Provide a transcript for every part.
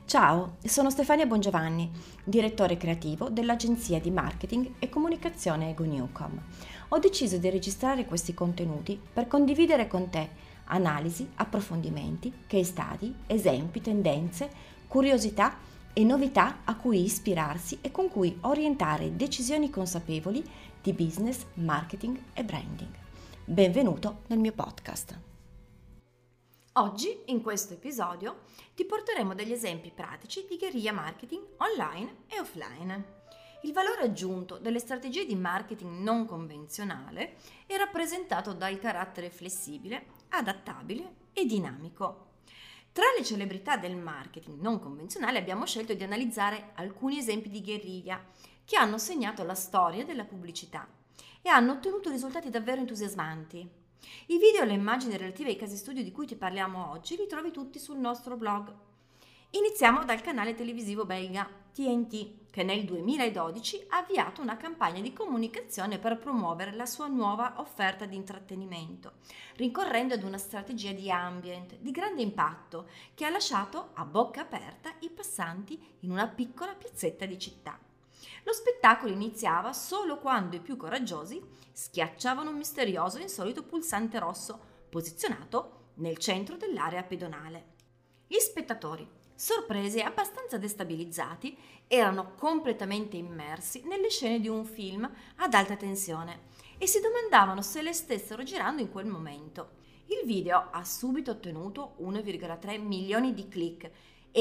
Ciao, sono Stefania Bongiovanni, direttore creativo dell'agenzia di marketing e comunicazione Ego Newcom. Ho deciso di registrare questi contenuti per condividere con te analisi, approfondimenti, case study, esempi, tendenze, curiosità e novità a cui ispirarsi e con cui orientare decisioni consapevoli di business, marketing e branding. Benvenuto nel mio podcast. Oggi, in questo episodio, ti porteremo degli esempi pratici di guerriglia marketing online e offline. Il valore aggiunto delle strategie di marketing non convenzionale è rappresentato dal carattere flessibile, adattabile e dinamico. Tra le celebrità del marketing non convenzionale abbiamo scelto di analizzare alcuni esempi di guerriglia che hanno segnato la storia della pubblicità e hanno ottenuto risultati davvero entusiasmanti. I video e le immagini relative ai casi studio di cui ti parliamo oggi li trovi tutti sul nostro blog. Iniziamo dal canale televisivo belga TNT, che nel 2012 ha avviato una campagna di comunicazione per promuovere la sua nuova offerta di intrattenimento, ricorrendo ad una strategia di ambient di grande impatto che ha lasciato a bocca aperta i passanti in una piccola piazzetta di città. Lo spettacolo iniziava solo quando i più coraggiosi schiacciavano un misterioso e insolito pulsante rosso posizionato nel centro dell'area pedonale. Gli spettatori, sorpresi e abbastanza destabilizzati, erano completamente immersi nelle scene di un film ad alta tensione e si domandavano se le stessero girando in quel momento. Il video ha subito ottenuto 1,3 milioni di click e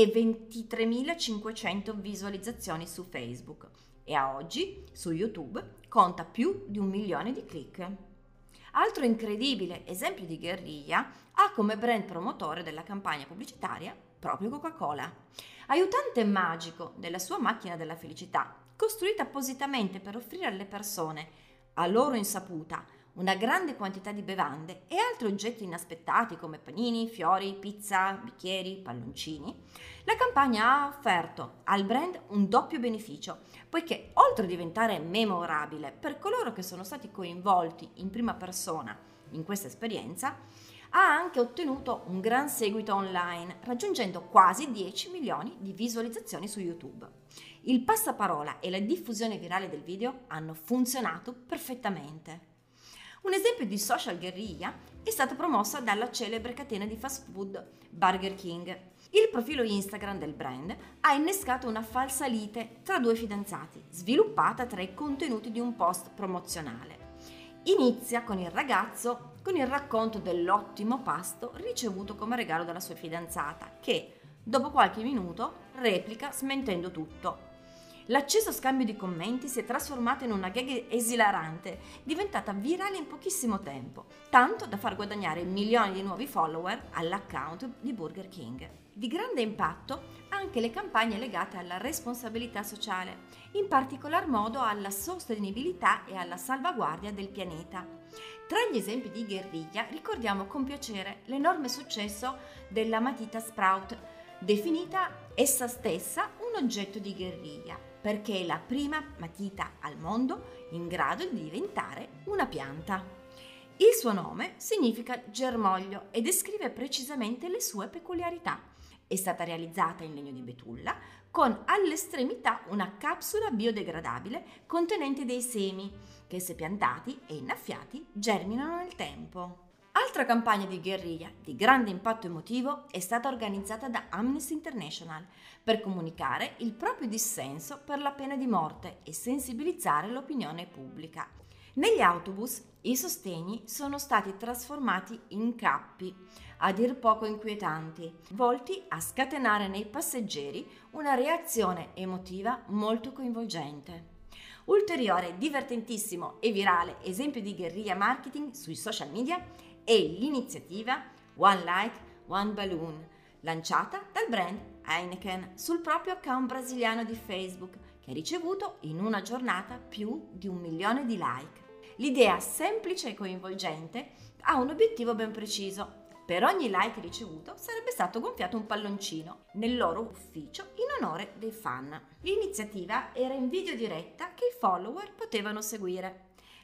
23.500 visualizzazioni su Facebook e a oggi su YouTube conta più di 1 milione di click. Altro incredibile esempio di guerriglia ha come brand promotore della campagna pubblicitaria proprio Coca-Cola. Aiutante magico della sua macchina della felicità, costruita appositamente per offrire alle persone, a loro insaputa, una grande quantità di bevande e altri oggetti inaspettati come panini, fiori, pizza, bicchieri, palloncini, la campagna ha offerto al brand un doppio beneficio, poiché oltre a diventare memorabile per coloro che sono stati coinvolti in prima persona in questa esperienza, ha anche ottenuto un gran seguito online, raggiungendo quasi 10 milioni di visualizzazioni su YouTube. Il passaparola e la diffusione virale del video hanno funzionato perfettamente. Un esempio di social guerriglia è stato promosso dalla celebre catena di fast food Burger King. Il profilo Instagram del brand ha innescato una falsa lite tra due fidanzati, sviluppata tra i contenuti di un post promozionale. Inizia con il ragazzo con il racconto dell'ottimo pasto ricevuto come regalo dalla sua fidanzata, che dopo qualche minuto replica smentendo tutto. L'acceso scambio di commenti si è trasformato in una gag esilarante, diventata virale in pochissimo tempo, tanto da far guadagnare milioni di nuovi follower all'account di Burger King. Di grande impatto anche le campagne legate alla responsabilità sociale, in particolar modo alla sostenibilità e alla salvaguardia del pianeta. Tra gli esempi di guerriglia ricordiamo con piacere l'enorme successo della matita Sprout, definita essa stessa un oggetto di guerriglia, perché è la prima matita al mondo in grado di diventare una pianta. Il suo nome significa germoglio e descrive precisamente le sue peculiarità. È stata realizzata in legno di betulla con all'estremità una capsula biodegradabile contenente dei semi che, se piantati e innaffiati, germinano nel tempo. Altra campagna di guerriglia di grande impatto emotivo è stata organizzata da Amnesty International per comunicare il proprio dissenso per la pena di morte e sensibilizzare l'opinione pubblica. Negli autobus i sostegni sono stati trasformati in cappi, a dir poco inquietanti, volti a scatenare nei passeggeri una reazione emotiva molto coinvolgente. Ulteriore divertentissimo e virale esempio di guerriglia marketing sui social media è l'iniziativa One Like, One Balloon, lanciata dal brand Heineken sul proprio account brasiliano di Facebook, che ha ricevuto in una giornata più di 1 milione di like. L'idea semplice e coinvolgente ha un obiettivo ben preciso. Per ogni like ricevuto sarebbe stato gonfiato un palloncino nel loro ufficio in onore dei fan. L'iniziativa era in video diretta che i follower potevano seguire.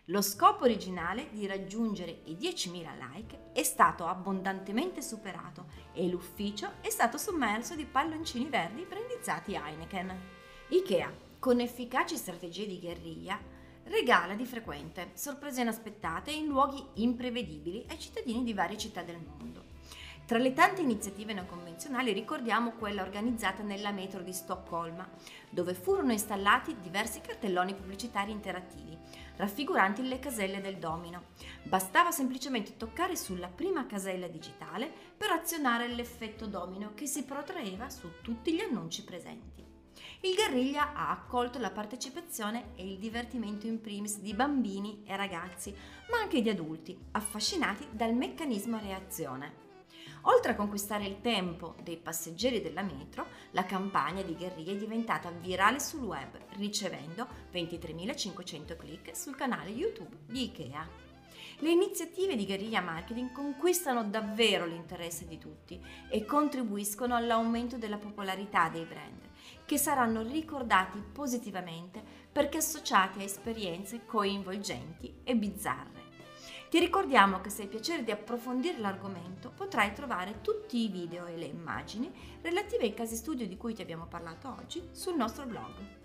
Lo scopo originale di raggiungere i 10.000 like è stato abbondantemente superato e l'ufficio è stato sommerso di palloncini verdi brandizzati Heineken. IKEA, con efficaci strategie di guerriglia, regala di frequente sorprese inaspettate in luoghi imprevedibili ai cittadini di varie città del mondo. Tra le tante iniziative non convenzionali ricordiamo quella organizzata nella metro di Stoccolma, dove furono installati diversi cartelloni pubblicitari interattivi, raffiguranti le caselle del domino. Bastava semplicemente toccare sulla prima casella digitale per azionare l'effetto domino che si protraeva su tutti gli annunci presenti. Il guerriglia ha accolto la partecipazione e il divertimento in primis di bambini e ragazzi, ma anche di adulti, affascinati dal meccanismo a reazione. Oltre a conquistare il tempo dei passeggeri della metro, la campagna di guerriglia è diventata virale sul web, ricevendo 23.500 click sul canale YouTube di IKEA. Le iniziative di guerriglia marketing conquistano davvero l'interesse di tutti e contribuiscono all'aumento della popolarità dei brand, che saranno ricordati positivamente perché associati a esperienze coinvolgenti e bizzarre. Ti ricordiamo che se hai piacere di approfondire l'argomento potrai trovare tutti i video e le immagini relative ai casi studio di cui ti abbiamo parlato oggi sul nostro blog.